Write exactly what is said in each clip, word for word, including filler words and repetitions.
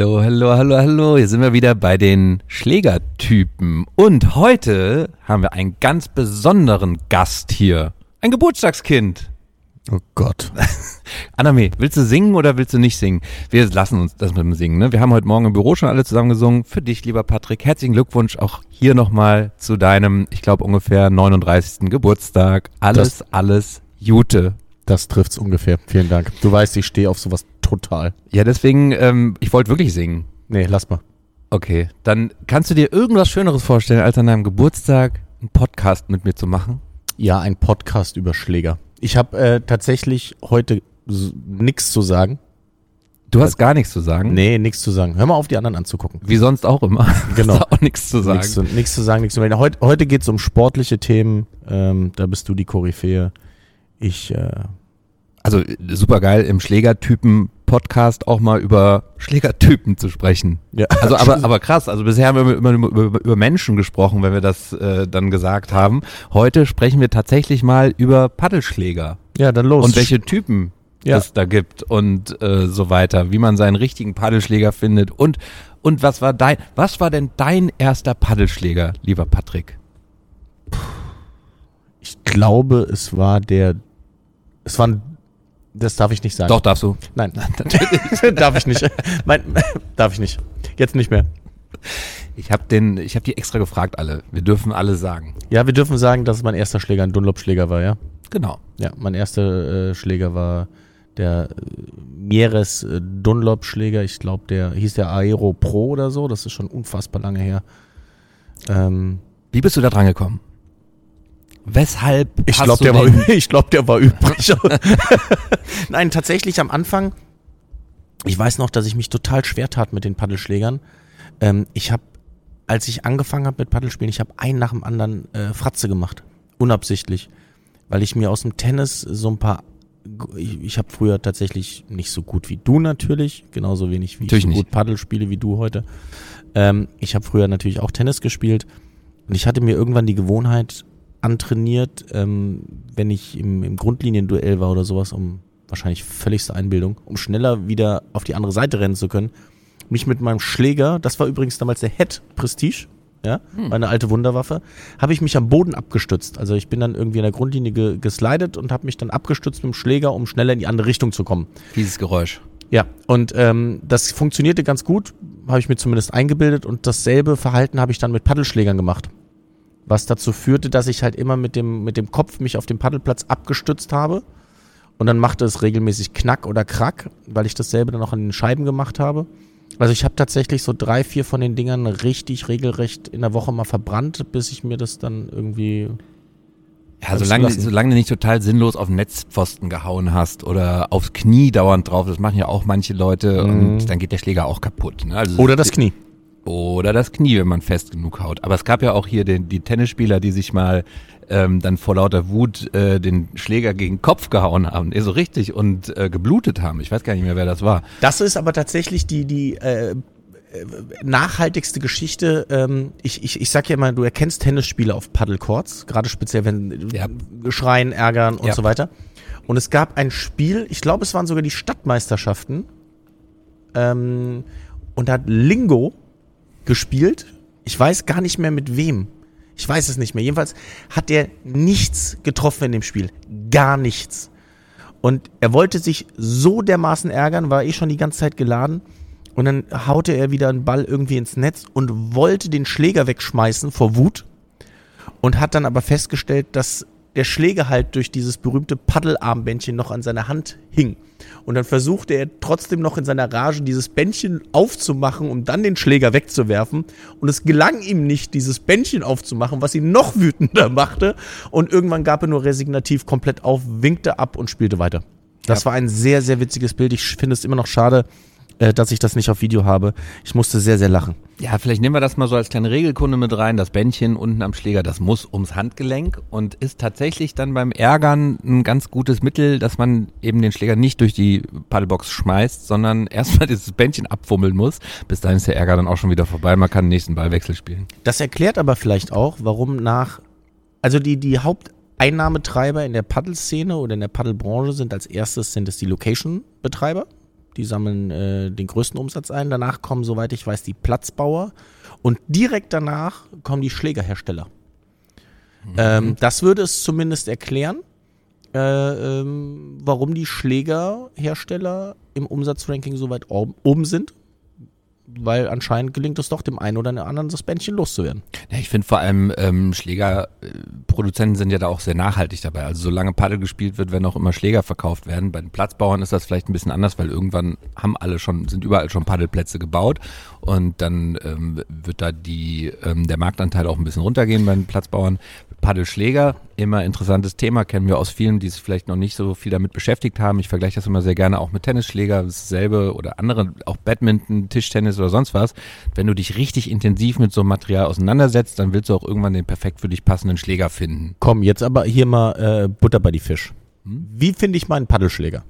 Hallo, hallo, hallo, hallo. Hier sind wir wieder bei den Schlägertypen. Und heute haben wir einen ganz besonderen Gast hier. Ein Geburtstagskind. Oh Gott. Anname, willst du singen oder willst du nicht singen? Wir lassen uns das mit dem Singen, ne? Wir haben heute Morgen im Büro schon alle zusammen gesungen. Für dich, lieber Patrick, herzlichen Glückwunsch auch hier nochmal zu deinem, ich glaube, ungefähr neununddreißigsten Geburtstag. Alles, das, alles Jute. Das trifft's ungefähr. Vielen Dank. Du weißt, ich stehe auf sowas total. Ja, deswegen, ähm, ich wollte wirklich singen. Nee, lass mal. Okay, dann kannst du dir irgendwas Schöneres vorstellen, als an deinem Geburtstag einen Podcast mit mir zu machen? Ja, ein Podcast über Schläger. Ich habe äh, tatsächlich heute s- nichts zu sagen. Du hast gar nichts zu sagen? Nee, nichts zu sagen. Hör mal auf, die anderen anzugucken. Wie sonst auch immer. Genau. Hast du auch nichts zu sagen. Nichts zu, nichts zu sagen, nichts zu melden. Heute, heute geht es um sportliche Themen. Ähm, da bist du die Koryphäe. Ich, äh, Also super geil, im Schlägertypen-Podcast auch mal über Schlägertypen zu sprechen. ja. Also aber aber krass, also bisher haben wir immer über, über, über Menschen gesprochen, wenn wir das äh, dann gesagt haben. Heute sprechen wir tatsächlich mal über Paddelschläger. Ja, dann los. Und welche Typen Ja. es da gibt und äh, so weiter, wie man seinen richtigen Paddelschläger findet und und was war dein was war denn dein erster Paddelschläger, lieber Patrick? Ich glaube, es war der, es war ein, das darf ich nicht sagen. Doch, darfst du. Nein, natürlich. darf ich nicht. Mein, darf ich nicht. Jetzt nicht mehr. Ich habe den ich habe die extra gefragt alle. Wir dürfen alle sagen. Ja, wir dürfen sagen, dass mein erster Schläger ein Dunlop-Schläger war, ja? Genau. Ja, mein erster äh, Schläger war der äh, Mieres äh, Dunlop-Schläger. Ich glaube, der hieß der Aero Pro oder so. Das ist schon unfassbar lange her. Ähm, Wie bist du da dran gekommen? Weshalb ich hast glaube, du der, war den- ü- ich glaub, der war übrig. Nein, tatsächlich am Anfang, ich weiß noch, dass ich mich total schwer tat mit den Paddelschlägern. Ähm, ich habe, als ich angefangen habe mit Paddelspielen, ich habe einen nach dem anderen äh, Fratze gemacht. Unabsichtlich. Weil ich mir aus dem Tennis so ein paar, ich, ich habe früher tatsächlich nicht so gut wie du natürlich, genauso wenig wie Natürlich ich so nicht. gut Paddel spiele wie du heute. Ähm, ich habe früher natürlich auch Tennis gespielt und ich hatte mir irgendwann die Gewohnheit antrainiert, ähm, wenn ich im, im Grundlinienduell war oder sowas, um wahrscheinlich völligste Einbildung, um schneller wieder auf die andere Seite rennen zu können, mich mit meinem Schläger, das war übrigens damals der Head Prestige, ja, Hm. meine alte Wunderwaffe, habe ich mich am Boden abgestützt. Also ich bin dann irgendwie in der Grundlinie ge- geslidet und habe mich dann abgestützt mit dem Schläger, um schneller in die andere Richtung zu kommen. Dieses Geräusch. Ja, und ähm, das funktionierte ganz gut, habe ich mir zumindest eingebildet und dasselbe Verhalten habe ich dann mit Paddelschlägern gemacht. Was dazu führte, dass ich halt immer mit dem, mit dem Kopf mich auf dem Paddelplatz abgestützt habe und dann machte es regelmäßig Knack oder Krack, weil ich dasselbe dann auch an den Scheiben gemacht habe. Also ich habe tatsächlich so drei, vier von den Dingern richtig regelrecht in der Woche mal verbrannt, bis ich mir das dann irgendwie... Ja, Hab's solange, gelassen. solange du nicht total sinnlos auf den Netzpfosten gehauen hast oder aufs Knie dauernd drauf, das machen ja auch manche Leute Mhm. und dann geht der Schläger auch kaputt. Ne? Also Oder das Knie. Oder das Knie, wenn man fest genug haut. Aber es gab ja auch hier den, die Tennisspieler, die sich mal ähm, dann vor lauter Wut äh, den Schläger gegen den Kopf gehauen haben, eh so richtig und äh, geblutet haben. Ich weiß gar nicht mehr, wer das war. Das ist aber tatsächlich die, die äh, äh, nachhaltigste Geschichte. Ähm, ich, ich, ich sag ja immer, du erkennst Tennisspieler auf Paddlecourts, gerade speziell, wenn Ja. schreien, ärgern und Ja. so weiter. Und es gab ein Spiel, ich glaube, es waren sogar die Stadtmeisterschaften. Ähm, und da hat Lingo gespielt. Ich weiß gar nicht mehr mit wem. Ich weiß es nicht mehr. Jedenfalls hat er nichts getroffen in dem Spiel. Gar nichts. Und er wollte sich so dermaßen ärgern, war eh schon die ganze Zeit geladen. Und dann haute er wieder einen Ball irgendwie ins Netz und wollte den Schläger wegschmeißen vor Wut. Und hat dann aber festgestellt, dass der Schläger halt durch dieses berühmte Paddelarmbändchen noch an seiner Hand hing. Und dann versuchte er trotzdem noch in seiner Rage dieses Bändchen aufzumachen, um dann den Schläger wegzuwerfen. Und es gelang ihm nicht, dieses Bändchen aufzumachen, was ihn noch wütender machte. Und irgendwann gab er nur resignativ komplett auf, winkte ab und spielte weiter. Das Ja. war ein sehr, sehr witziges Bild. Ich finde es immer noch schade, äh, dass ich das nicht auf Video habe. Ich musste sehr, sehr lachen. Ja, vielleicht nehmen wir das mal so als kleine Regelkunde mit rein. Das Bändchen unten am Schläger, das muss ums Handgelenk und ist tatsächlich dann beim Ärgern ein ganz gutes Mittel, dass man eben den Schläger nicht durch die Paddlebox schmeißt, sondern erstmal dieses Bändchen abfummeln muss. Bis dahin ist der Ärger dann auch schon wieder vorbei. Man kann den nächsten Ballwechsel spielen. Das erklärt aber vielleicht auch, warum nach, also die, die Haupteinnahmetreiber in der Paddelszene oder in der Paddelbranche sind als erstes sind es die Location-Betreiber. Die sammeln äh, den größten Umsatz ein. Danach kommen, soweit ich weiß, die Platzbauer. Und direkt danach kommen die Schlägerhersteller. Mhm. Ähm, das würde es zumindest erklären, äh, ähm, warum die Schlägerhersteller im Umsatzranking so weit oben sind. Weil anscheinend gelingt es doch dem einen oder anderen, das Bändchen loszuwerden. Ja, ich finde vor allem ähm, Schlägerproduzenten sind ja da auch sehr nachhaltig dabei. Also solange Paddel gespielt wird, werden auch immer Schläger verkauft werden. Bei den Platzbauern ist das vielleicht ein bisschen anders, weil irgendwann haben alle schon, sind überall schon Paddelplätze gebaut und dann ähm, wird da die ähm, der Marktanteil auch ein bisschen runtergehen bei den Platzbauern. Paddelschläger, immer interessantes Thema, kennen wir aus vielen, die sich vielleicht noch nicht so viel damit beschäftigt haben. Ich vergleiche das immer sehr gerne auch mit Tennisschläger, dasselbe oder andere, auch Badminton, Tischtennis oder sonst was. Wenn du dich richtig intensiv mit so einem Material auseinandersetzt, dann willst du auch irgendwann den perfekt für dich passenden Schläger finden. Komm, jetzt aber hier mal äh, Butter bei die Fisch. Hm? Wie finde ich meinen Paddelschläger?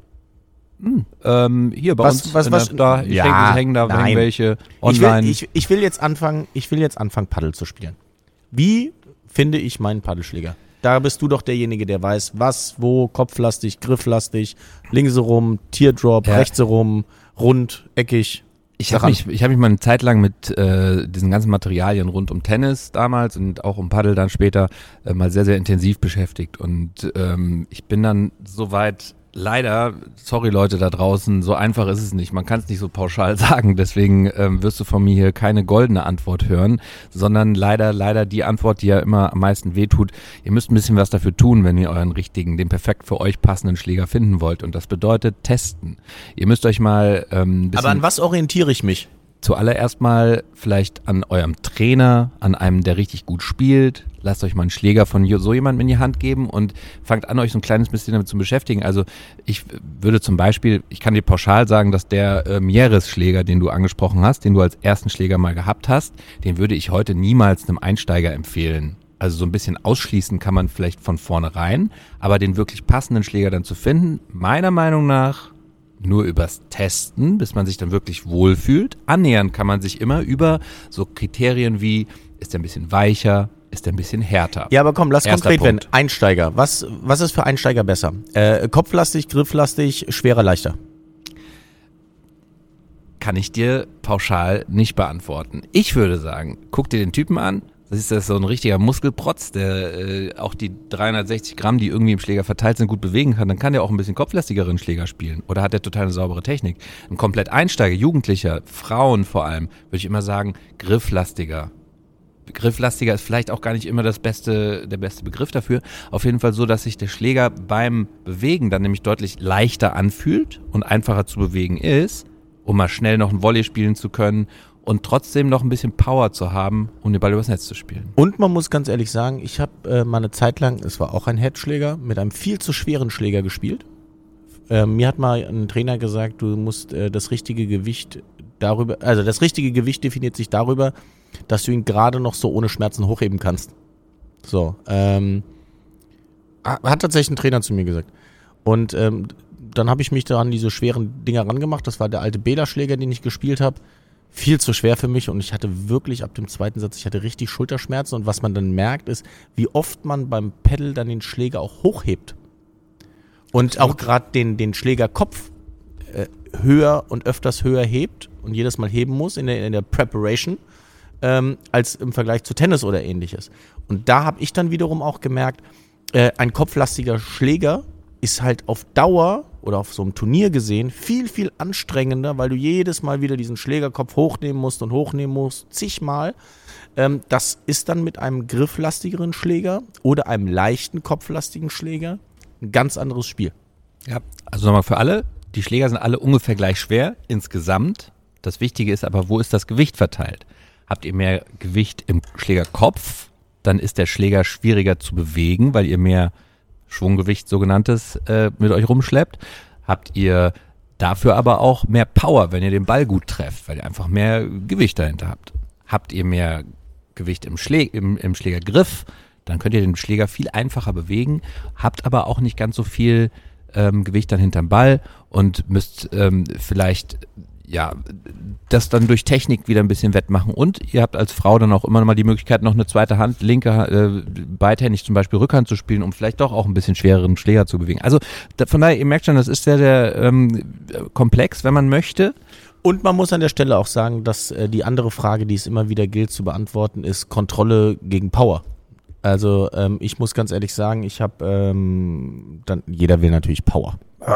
Hm, ähm, hier bei was, uns was, was, der, da ja, hängen, hängen da nein. irgendwelche online. Ich will, ich, ich will jetzt anfangen, ich will jetzt anfangen Paddel zu spielen. Wie finde ich meinen Paddelschläger? Da bist du doch derjenige, der weiß, was, wo, kopflastig, grifflastig, links rum, Teardrop, ja. rechts rum, rund, eckig. Ich habe mich, ich habe mich mal eine Zeit lang mit äh, diesen ganzen Materialien rund um Tennis damals und auch um Paddel dann später äh, mal sehr, sehr intensiv beschäftigt. Und ähm, ich bin dann soweit leider, sorry Leute da draußen, so einfach ist es nicht. Man kann es nicht so pauschal sagen. Deswegen ähm, wirst du von mir hier keine goldene Antwort hören, sondern leider, leider die Antwort, die ja immer am meisten wehtut. Ihr müsst ein bisschen was dafür tun, wenn ihr euren richtigen, den perfekt für euch passenden Schläger finden wollt. Und das bedeutet testen. Ihr müsst euch mal ähm, ein bisschen... Aber an was orientiere ich mich? Zuallererst mal vielleicht an eurem Trainer, an einem, der richtig gut spielt. Lasst euch mal einen Schläger von so jemandem in die Hand geben und fangt an, euch so ein kleines bisschen damit zu beschäftigen. Also ich würde zum Beispiel, ich kann dir pauschal sagen, dass der äh, Mieres-Schläger, den du angesprochen hast, den du als ersten Schläger mal gehabt hast, den würde ich heute niemals einem Einsteiger empfehlen. Also so ein bisschen ausschließen kann man vielleicht von vornherein, aber den wirklich passenden Schläger dann zu finden, meiner Meinung nach nur übers Testen, bis man sich dann wirklich wohlfühlt. Annähern kann man sich immer über so Kriterien wie, ist der ein bisschen weicher, ist der ein bisschen härter. Ja, aber komm, lass Erster konkret Punkt. werden. Einsteiger. Was, was ist für Einsteiger besser? Äh, kopflastig, grifflastig, schwerer, leichter? Kann ich dir pauschal nicht beantworten. Ich würde sagen, guck dir den Typen an. Das ist das so ein richtiger Muskelprotz, der äh, auch die dreihundertsechzig Gramm, die irgendwie im Schläger verteilt sind, gut bewegen kann. Dann kann der auch ein bisschen kopflastigeren Schläger spielen. Oder hat der total eine saubere Technik. Ein komplett Einsteiger, Jugendlicher, Frauen vor allem, würde ich immer sagen, grifflastiger. Grifflastiger ist vielleicht auch gar nicht immer das beste, der beste Begriff dafür. Auf jeden Fall so, dass sich der Schläger beim Bewegen dann nämlich deutlich leichter anfühlt und einfacher zu bewegen ist, um mal schnell noch ein Volley spielen zu können und trotzdem noch ein bisschen Power zu haben, um den Ball übers Netz zu spielen. Und man muss ganz ehrlich sagen, ich habe äh, mal eine Zeit lang, es war auch ein Headschläger, mit einem viel zu schweren Schläger gespielt. Äh, mir hat mal ein Trainer gesagt, du musst äh, das richtige Gewicht darüber, also das richtige Gewicht definiert sich darüber, dass du ihn gerade noch so ohne Schmerzen hochheben kannst. So, ähm, hat tatsächlich ein Trainer zu mir gesagt. Und ähm, dann habe ich mich da an diese schweren Dinger rangemacht. Das war der alte Bela-Schläger, den ich gespielt habe. Viel zu schwer für mich und ich hatte wirklich ab dem zweiten Satz, ich hatte richtig Schulterschmerzen und was man dann merkt ist, wie oft man beim Paddle dann den Schläger auch hochhebt. Und auch gerade den, den Schlägerkopf äh, höher und öfters höher hebt und jedes Mal heben muss in der, in der Preparation, ähm, als im Vergleich zu Tennis oder ähnliches. Und da habe ich dann wiederum auch gemerkt, äh, ein kopflastiger Schläger ist halt auf Dauer oder auf so einem Turnier gesehen viel, viel anstrengender, weil du jedes Mal wieder diesen Schlägerkopf hochnehmen musst und hochnehmen musst, zigmal. Ähm, das ist dann mit einem grifflastigeren Schläger oder einem leichten kopflastigen Schläger ein ganz anderes Spiel. Ja, also nochmal für alle, die Schläger sind alle ungefähr gleich schwer insgesamt. Das Wichtige ist aber, wo ist das Gewicht verteilt? Habt ihr mehr Gewicht im Schlägerkopf, dann ist der Schläger schwieriger zu bewegen, weil ihr mehr Schwunggewicht sogenanntes äh, mit euch rumschleppt. Habt ihr dafür aber auch mehr Power, wenn ihr den Ball gut trefft, weil ihr einfach mehr Gewicht dahinter habt. Habt ihr mehr Gewicht im, Schlä- im, im Schlägergriff, dann könnt ihr den Schläger viel einfacher bewegen, habt aber auch nicht ganz so viel ähm, Gewicht dann hinterm Ball und müsst ähm, vielleicht ja, das dann durch Technik wieder ein bisschen wettmachen. Und ihr habt als Frau dann auch immer noch mal die Möglichkeit, noch eine zweite Hand, linke, äh, beidhändig zum Beispiel Rückhand zu spielen, um vielleicht doch auch ein bisschen schwereren Schläger zu bewegen. Also da, von daher, ihr merkt schon, das ist sehr, sehr ähm, komplex, wenn man möchte. Und man muss an der Stelle auch sagen, dass äh, die andere Frage, die es immer wieder gilt zu beantworten, ist Kontrolle gegen Power. Also ähm, ich muss ganz ehrlich sagen, ich habe, ähm, dann jeder will natürlich Power.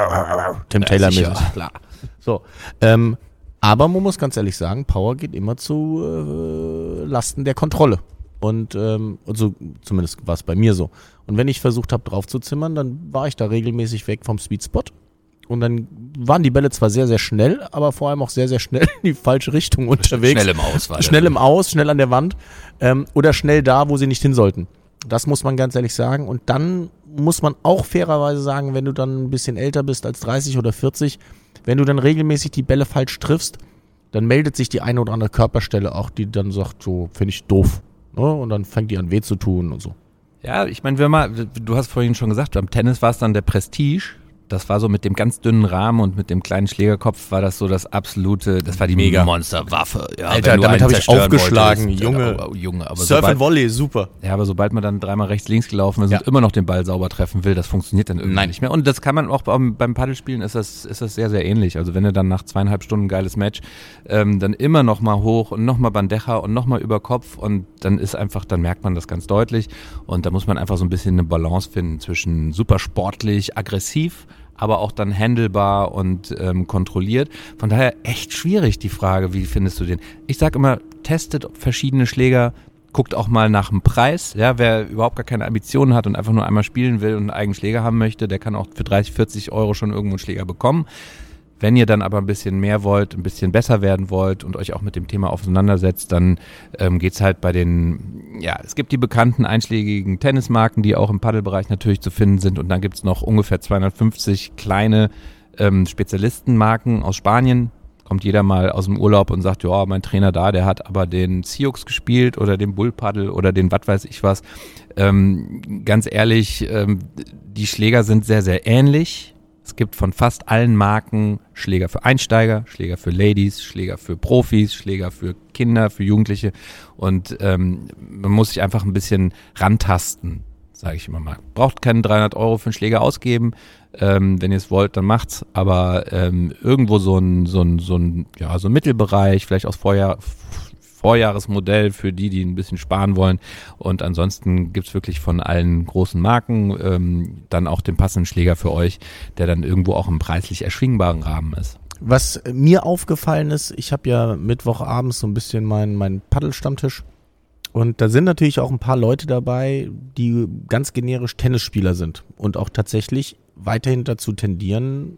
Tim Ja, Taylor sicher, mäßig. klar. So, ähm, aber man muss ganz ehrlich sagen, Power geht immer zu äh, Lasten der Kontrolle. Und ähm, also zumindest war es bei mir so. Und wenn ich versucht habe drauf zu zimmern, dann war ich da regelmäßig weg vom Sweet Spot. Und dann waren die Bälle zwar sehr, sehr schnell, aber vor allem auch sehr, sehr schnell in die falsche Richtung unterwegs. Schnell im Aus war Schnell im Aus, schnell an der Wand ähm, oder schnell da, wo sie nicht hin sollten. Das muss man ganz ehrlich sagen. Und dann muss man auch fairerweise sagen, wenn du dann ein bisschen älter bist als dreißig oder vierzig, wenn du dann regelmäßig die Bälle falsch triffst, dann meldet sich die eine oder andere Körperstelle auch, die dann sagt, so finde ich doof. Ne? Und dann fängt die an weh zu tun und so. Ja, ich meine, wenn man, du hast vorhin schon gesagt, beim Tennis war es dann der Prestige. Das war so mit dem ganz dünnen Rahmen und mit dem kleinen Schlägerkopf war das so das absolute, das war die Mega. Monsterwaffe. Ja, Alter, wenn du damit einen habe ich zerstören aufgeschlagen, wolltest, Junge. oh, oh, Junge, aber Surf sobald, and Volley, super. ja, aber sobald man dann dreimal rechts, links gelaufen ist Ja. und immer noch den Ball sauber treffen will, das funktioniert dann irgendwie Nein. nicht mehr. Und das kann man auch beim, beim Paddelspielen ist das, ist das sehr, sehr ähnlich. Also wenn du dann nach zweieinhalb Stunden geiles Match, ähm, dann immer noch mal hoch und noch mal Bandeja und noch mal über Kopf und dann ist einfach, dann merkt man das ganz deutlich und da muss man einfach so ein bisschen eine Balance finden zwischen super sportlich, aggressiv, aber auch dann handelbar und ähm, kontrolliert. Von daher echt schwierig die Frage, wie findest du den? Ich sag immer, testet verschiedene Schläger, guckt auch mal nach dem Preis. Ja, wer überhaupt gar keine Ambitionen hat und einfach nur einmal spielen will und einen eigenen Schläger haben möchte, der kann auch für dreißig, vierzig Euro schon irgendwo einen Schläger bekommen. Wenn ihr dann aber ein bisschen mehr wollt, ein bisschen besser werden wollt und euch auch mit dem Thema auseinandersetzt, dann ähm, geht's halt bei den, ja, es gibt die bekannten einschlägigen Tennismarken, die auch im Paddelbereich natürlich zu finden sind und dann gibt's noch ungefähr zweihundertfünfzig kleine ähm, Spezialistenmarken aus Spanien. Kommt jeder mal aus dem Urlaub und sagt, ja, mein Trainer da, der hat aber den Sioux gespielt oder den Bullpaddle oder den was weiß ich was. Ähm, ganz ehrlich, ähm, die Schläger sind sehr, sehr ähnlich. Es gibt von fast allen Marken Schläger für Einsteiger, Schläger für Ladies, Schläger für Profis, Schläger für Kinder, für Jugendliche und ähm, man muss sich einfach ein bisschen rantasten, sage ich immer mal. Braucht keine dreihundert Euro für einen Schläger ausgeben, ähm, wenn ihr es wollt, dann macht's, aber ähm, irgendwo so ein, so ein, so ein, ja, so ein Mittelbereich, vielleicht aus Vorjahr, Vorjahresmodell für die, die ein bisschen sparen wollen. Und ansonsten gibt's wirklich von allen großen Marken ähm, dann auch den passenden Schläger für euch, der dann irgendwo auch im preislich erschwingbaren Rahmen ist. Was mir aufgefallen ist, ich habe ja Mittwochabends so ein bisschen meinen mein Paddelstammtisch und da sind natürlich auch ein paar Leute dabei, die ganz generisch Tennisspieler sind und auch tatsächlich weiterhin dazu tendieren,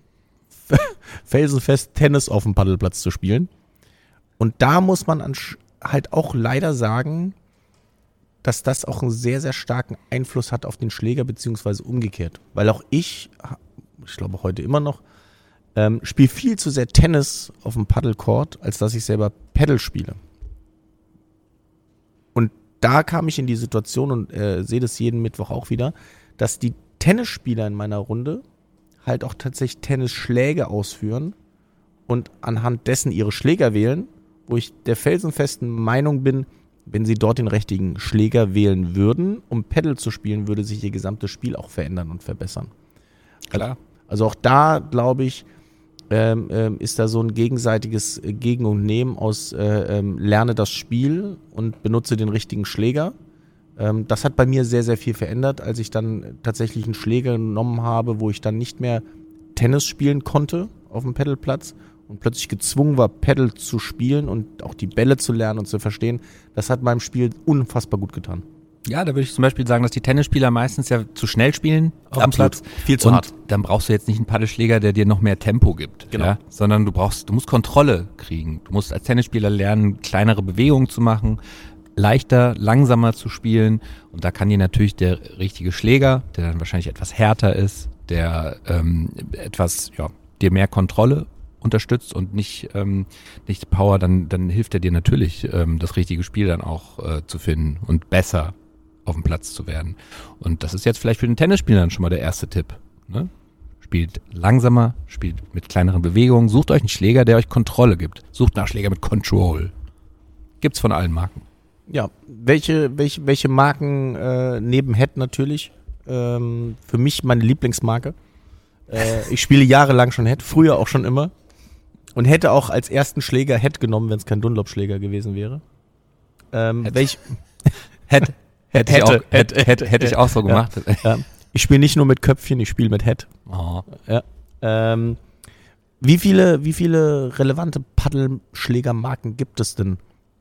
felsenfest Tennis auf dem Paddelplatz zu spielen. Und da muss man an halt auch leider sagen, dass das auch einen sehr, sehr starken Einfluss hat auf den Schläger, beziehungsweise umgekehrt. Weil auch ich, ich glaube heute immer noch, ähm, spiele viel zu sehr Tennis auf dem Paddlecourt, als dass ich selber Paddle spiele. Und da kam ich in die Situation und äh, sehe das jeden Mittwoch auch wieder, dass die Tennisspieler in meiner Runde halt auch tatsächlich Tennisschläge ausführen und anhand dessen ihre Schläger wählen, wo ich der felsenfesten Meinung bin, wenn sie dort den richtigen Schläger wählen würden, um Paddle zu spielen, würde sich ihr gesamtes Spiel auch verändern und verbessern. Klar. Also auch da, glaube ich, ähm, ähm, ist da so ein gegenseitiges Gegen und Nehmen aus äh, ähm, lerne das Spiel und benutze den richtigen Schläger. Ähm, das hat bei mir sehr, sehr viel verändert, als ich dann tatsächlich einen Schläger genommen habe, wo ich dann nicht mehr Tennis spielen konnte auf dem Paddleplatz und plötzlich gezwungen war, Paddle zu spielen und auch die Bälle zu lernen und zu verstehen. Das hat meinem Spiel unfassbar gut getan. Ja, da würde ich zum Beispiel sagen, dass die Tennisspieler meistens ja zu schnell spielen auf dem Platz. Viel zu und hart. Dann brauchst du jetzt nicht einen Paddelschläger, der dir noch mehr Tempo gibt, Genau. ja? Sondern du brauchst, du musst Kontrolle kriegen. Du musst als Tennisspieler lernen, kleinere Bewegungen zu machen, leichter, langsamer zu spielen. Und da kann dir natürlich der richtige Schläger, der dann wahrscheinlich etwas härter ist, der ähm, etwas, ja, dir mehr Kontrolle unterstützt und nicht ähm, nicht Power, dann dann hilft er dir natürlich, ähm, das richtige Spiel dann auch äh, zu finden und besser auf dem Platz zu werden. Und das ist jetzt vielleicht für den Tennisspieler dann schon mal der erste Tipp. Ne? Spielt langsamer, spielt mit kleineren Bewegungen. Sucht euch einen Schläger, der euch Kontrolle gibt. Sucht nach Schläger mit Control. Gibt's von allen Marken. Ja, welche, welche, welche Marken äh, neben Head natürlich? Ähm, für mich meine Lieblingsmarke. Äh, ich spiele jahrelang schon Head, früher auch schon immer. Und hätte auch als ersten Schläger Head genommen, wenn es kein Dunlop-Schläger gewesen wäre. Ähm, Head. Welch, Head. Hätte, hätte, ich auch, hätte, hätte, hätte ich auch so gemacht. Ja, ja. Ich spiele nicht nur mit Köpfchen, ich spiele mit Head. Oh. Ja. Ähm, wie viele, wie viele relevante Paddelschlägermarken gibt es denn?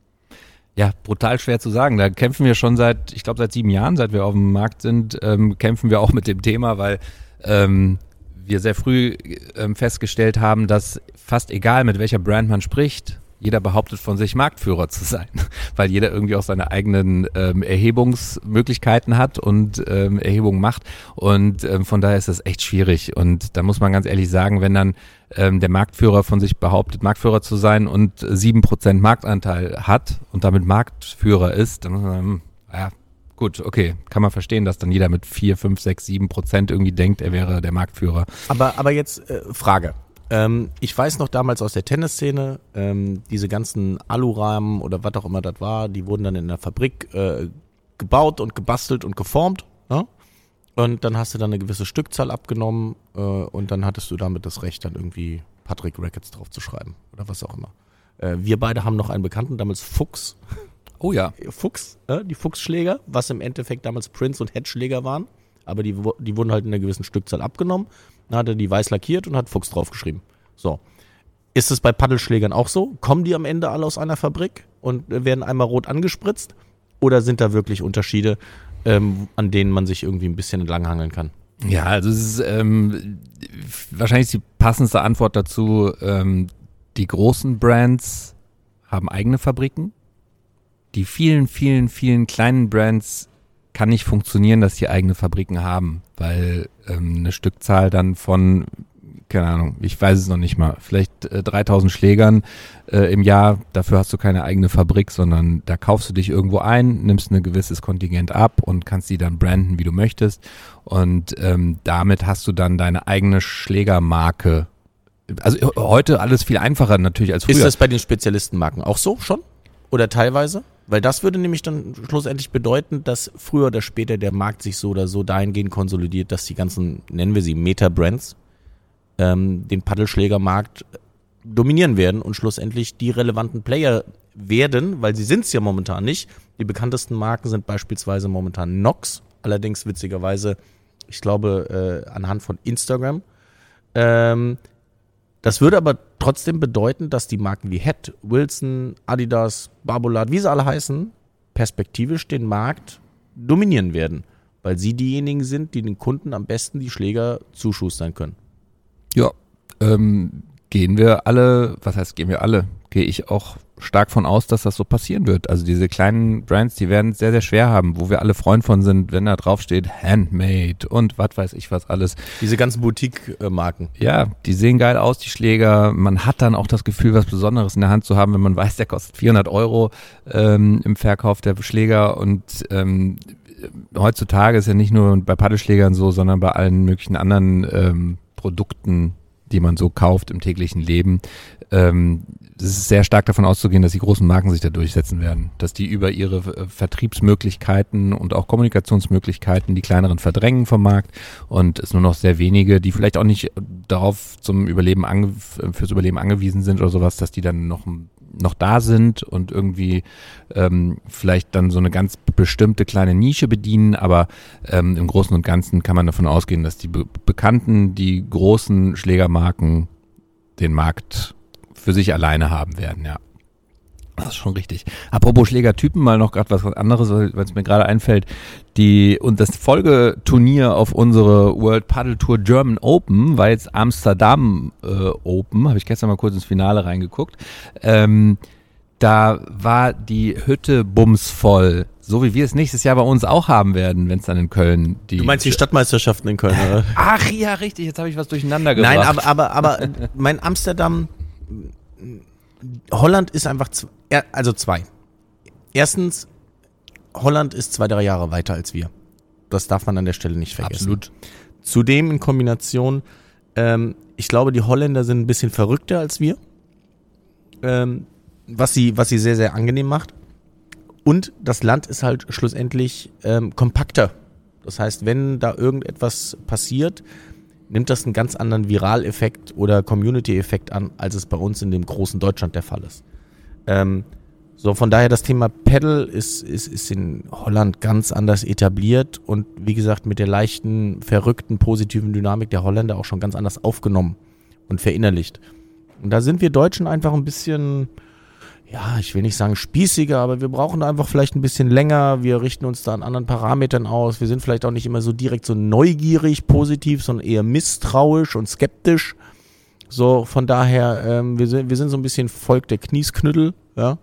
Ja, brutal schwer zu sagen. Da kämpfen wir schon seit, ich glaube seit sieben Jahren, seit wir auf dem Markt sind, ähm, kämpfen wir auch mit dem Thema, weil ähm, wir sehr früh ähm, festgestellt haben, dass fast egal, mit welcher Brand man spricht, jeder behauptet von sich Marktführer zu sein, weil jeder irgendwie auch seine eigenen ähm, Erhebungsmöglichkeiten hat und ähm, Erhebungen macht und ähm, von daher ist das echt schwierig und da muss man ganz ehrlich sagen, wenn dann ähm, der Marktführer von sich behauptet, Marktführer zu sein und sieben Prozent Marktanteil hat und damit Marktführer ist, dann muss man sagen, ja gut, okay, kann man verstehen, dass dann jeder mit vier, fünf, sechs, sieben Prozent irgendwie denkt, er wäre der Marktführer. Aber, aber jetzt äh, Frage. Ähm, ich weiß noch damals aus der Tennisszene, ähm, diese ganzen Alurahmen oder was auch immer das war, die wurden dann in der Fabrik äh, gebaut und gebastelt und geformt. Ja? Und dann hast du dann eine gewisse Stückzahl abgenommen äh, und dann hattest du damit das Recht, dann irgendwie Patrick Rackets drauf zu schreiben oder was auch immer. Äh, wir beide haben noch einen Bekannten, damals Fuchs. Oh ja. Fuchs, äh, die Fuchsschläger, was im Endeffekt damals Prince- und Head-Schläger waren. Aber die, die wurden halt in einer gewissen Stückzahl abgenommen. Dann hat er die weiß lackiert und hat Fuchs draufgeschrieben. So. Ist es bei Paddelschlägern auch so? Kommen die am Ende alle aus einer Fabrik und werden einmal rot angespritzt? Oder sind da wirklich Unterschiede, ähm, an denen man sich irgendwie ein bisschen entlanghangeln kann? Ja, also es ist ähm, wahrscheinlich die passendste Antwort dazu. Ähm, die großen Brands haben eigene Fabriken. Die vielen, vielen, vielen kleinen Brands kann nicht funktionieren, dass die eigene Fabriken haben, weil ähm, eine Stückzahl dann von, keine Ahnung, ich weiß es noch nicht mal, vielleicht äh, dreitausend Schlägern äh, im Jahr, dafür hast du keine eigene Fabrik, sondern da kaufst du dich irgendwo ein, nimmst ein gewisses Kontingent ab und kannst die dann branden, wie du möchtest und ähm, damit hast du dann deine eigene Schlägermarke. Also heute alles viel einfacher natürlich als früher. Ist das bei den Spezialistenmarken auch so schon? Oder teilweise? Weil das würde nämlich dann schlussendlich bedeuten, dass früher oder später der Markt sich so oder so dahingehend konsolidiert, dass die ganzen, nennen wir sie Meta-Brands, ähm, den Paddelschlägermarkt dominieren werden und schlussendlich die relevanten Player werden, weil sie sind es ja momentan nicht. Die bekanntesten Marken sind beispielsweise momentan Nox, allerdings witzigerweise, ich glaube, äh, anhand von Instagram. Ähm, Das würde aber trotzdem bedeuten, dass die Marken wie Head, Wilson, Adidas, Babolat, wie sie alle heißen, perspektivisch den Markt dominieren werden, weil sie diejenigen sind, die den Kunden am besten die Schläger zuschustern können. Ja, ähm, gehen wir alle, was heißt gehen wir alle, gehe ich auch stark von aus, dass das so passieren wird. Also diese kleinen Brands, die werden es sehr, sehr schwer haben, wo wir alle Freund von sind, wenn da drauf steht Handmade und was weiß ich was alles. Diese ganzen Boutique-Marken. Ja, die sehen geil aus, die Schläger. Man hat dann auch das Gefühl, was Besonderes in der Hand zu haben, wenn man weiß, der kostet vierhundert Euro ähm, im Verkauf der Schläger und ähm, heutzutage ist ja nicht nur bei Paddelschlägern so, sondern bei allen möglichen anderen ähm, Produkten, die man so kauft im täglichen Leben. Ähm, es ist sehr stark davon auszugehen, dass die großen Marken sich da durchsetzen werden, dass die über ihre äh, Vertriebsmöglichkeiten und auch Kommunikationsmöglichkeiten die kleineren verdrängen vom Markt und es nur noch sehr wenige, die vielleicht auch nicht darauf zum Überleben ange- fürs Überleben angewiesen sind oder sowas, dass die dann noch noch da sind und irgendwie ähm, vielleicht dann so eine ganz bestimmte kleine Nische bedienen, aber ähm, im Großen und Ganzen kann man davon ausgehen, dass die be- bekannten, die großen Schlägermarken den Markt für sich alleine haben werden, ja. Das ist schon richtig. Apropos Schlägertypen, mal noch gerade was anderes, weil es mir gerade einfällt. Die und das Folgeturnier auf unsere World Paddle Tour German Open war jetzt Amsterdam äh, Open, habe ich gestern mal kurz ins Finale reingeguckt. Ähm, da war die Hütte bumsvoll, so wie wir es nächstes Jahr bei uns auch haben werden, wenn es dann in Köln die... Du meinst die Stadtmeisterschaften in Köln, oder? Ach ja, richtig, jetzt habe ich was durcheinander gebracht. Nein, aber, aber, aber mein Amsterdam... Holland ist einfach, z- also zwei. Erstens, Holland ist zwei, drei Jahre weiter als wir. Das darf man an der Stelle nicht vergessen. Absolut. Zudem in Kombination Ähm, ich glaube, die Holländer sind ein bisschen verrückter als wir, ähm, was sie, was sie sehr, sehr angenehm macht. Und das Land ist halt schlussendlich ähm, kompakter. Das heißt, wenn da irgendetwas passiert, nimmt das einen ganz anderen Viraleffekt oder Community-Effekt an, als es bei uns in dem großen Deutschland der Fall ist. Ähm, so, von daher das Thema Paddle ist, ist, ist in Holland ganz anders etabliert und wie gesagt mit der leichten, verrückten, positiven Dynamik der Holländer auch schon ganz anders aufgenommen und verinnerlicht. Und da sind wir Deutschen einfach ein bisschen, ja, ich will nicht sagen spießiger, aber wir brauchen da einfach vielleicht ein bisschen länger. Wir richten uns da an anderen Parametern aus. Wir sind vielleicht auch nicht immer so direkt so neugierig, positiv, sondern eher misstrauisch und skeptisch. So, von daher, ähm, wir sind, wir sind so ein bisschen Volk der Kniesknüttel, ja.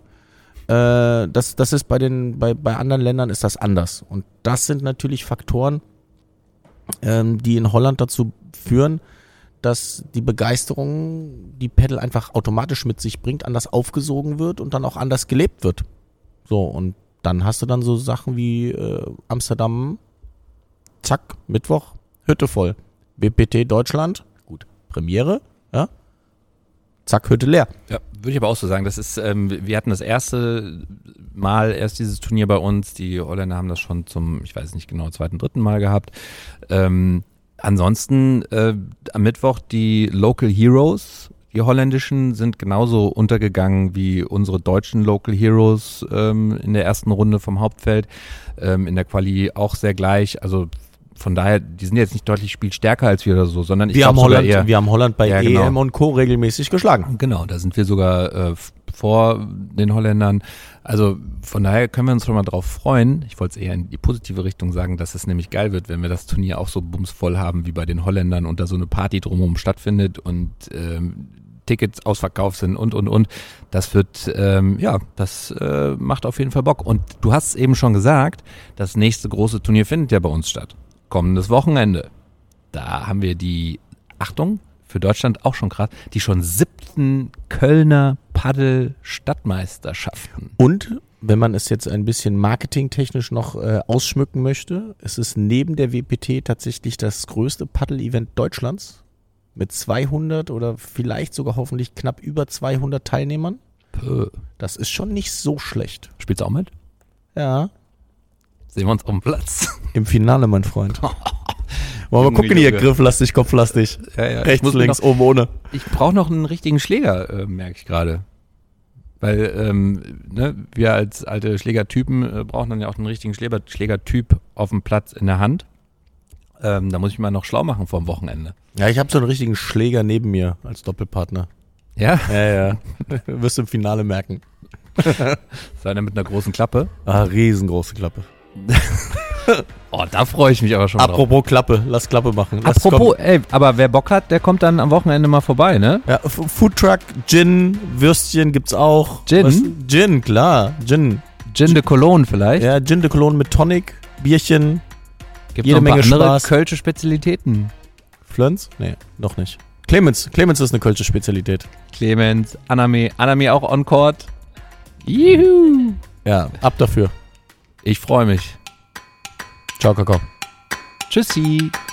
Äh, das, das ist bei den, bei, bei anderen Ländern ist das anders. Und das sind natürlich Faktoren, ähm, die in Holland dazu führen, dass die Begeisterung, die Paddle einfach automatisch mit sich bringt, anders aufgesogen wird und dann auch anders gelebt wird. So, und dann hast du dann so Sachen wie äh, Amsterdam, zack, Mittwoch, Hütte voll. W P T Deutschland, gut, Premiere, ja, zack, Hütte leer. Ja, würde ich aber auch so sagen. Das ist, ähm, wir hatten das erste Mal erst dieses Turnier bei uns. Die Holländer haben das schon zum, ich weiß nicht genau, zweiten, dritten Mal gehabt. Ähm, ansonsten äh, am Mittwoch die Local Heroes, die holländischen, sind genauso untergegangen wie unsere deutschen Local Heroes ähm, in der ersten Runde vom Hauptfeld. Ähm, in der Quali auch sehr gleich. Also von daher, die sind jetzt nicht deutlich spielstärker als wir oder so, sondern ich glaube sogar eher... Wir haben Holland bei ja, E M genau. und Co. regelmäßig geschlagen. Genau, da sind wir sogar äh, vor den Holländern. Also von daher können wir uns schon mal drauf freuen. Ich wollte es eher in die positive Richtung sagen, dass es nämlich geil wird, wenn wir das Turnier auch so bumsvoll haben wie bei den Holländern und da so eine Party drumherum stattfindet und ähm, Tickets ausverkauft sind und, und, und. Das wird, ähm, ja, das äh, macht auf jeden Fall Bock. Und du hast es eben schon gesagt, das nächste große Turnier findet ja bei uns statt. Kommendes Wochenende. Da haben wir die, Achtung, für Deutschland auch schon krass, die schon siebten Kölner Paddel-Stadtmeisterschaften. Und, wenn man es jetzt ein bisschen marketingtechnisch noch äh, ausschmücken möchte, es ist neben der W P T tatsächlich das größte Paddel-Event Deutschlands mit zweihundert oder vielleicht sogar hoffentlich knapp über zweihundert Teilnehmern. Puh. Das ist schon nicht so schlecht. Spielst du auch mit? Ja. Sehen wir uns auf dem Platz. Im Finale, mein Freund. Wollen wir mal gucken hier, grifflastig, kopflastig. Ja, ja. Rechts, links, noch, oben, ohne. Ich brauche noch einen richtigen Schläger, äh, merke ich gerade. Weil ähm, ne, wir als alte Schlägertypen äh, brauchen dann ja auch einen richtigen Schläger, Schlägertyp auf dem Platz in der Hand. Ähm, da muss ich mal noch schlau machen vor dem Wochenende. Ja, ich habe so einen richtigen Schläger neben mir als Doppelpartner. Ja? Ja, ja. Wirst du im Finale merken. Sei einer mit einer großen Klappe. Ah, riesengroße Klappe. Oh, da freue ich mich aber schon Apropos drauf. Klappe, lass Klappe machen. Lass Apropos, ey, aber wer Bock hat, der kommt dann am Wochenende mal vorbei, ne? Ja, F- Foodtruck, Gin, Würstchen gibt's auch. Gin? Was? Gin, klar, Gin. Gin de Cologne vielleicht? Ja, Gin de Cologne mit Tonic, Bierchen, Gibt jede noch ein Menge paar andere Spaß. kölsche Spezialitäten. Flönz? Nee, noch nicht. Clemens, Clemens ist eine kölsche Spezialität. Clemens, Anami, Anami auch on court. Juhu! Ja, ab dafür. Ich freue mich. Ciao, Kakao. Tschüssi.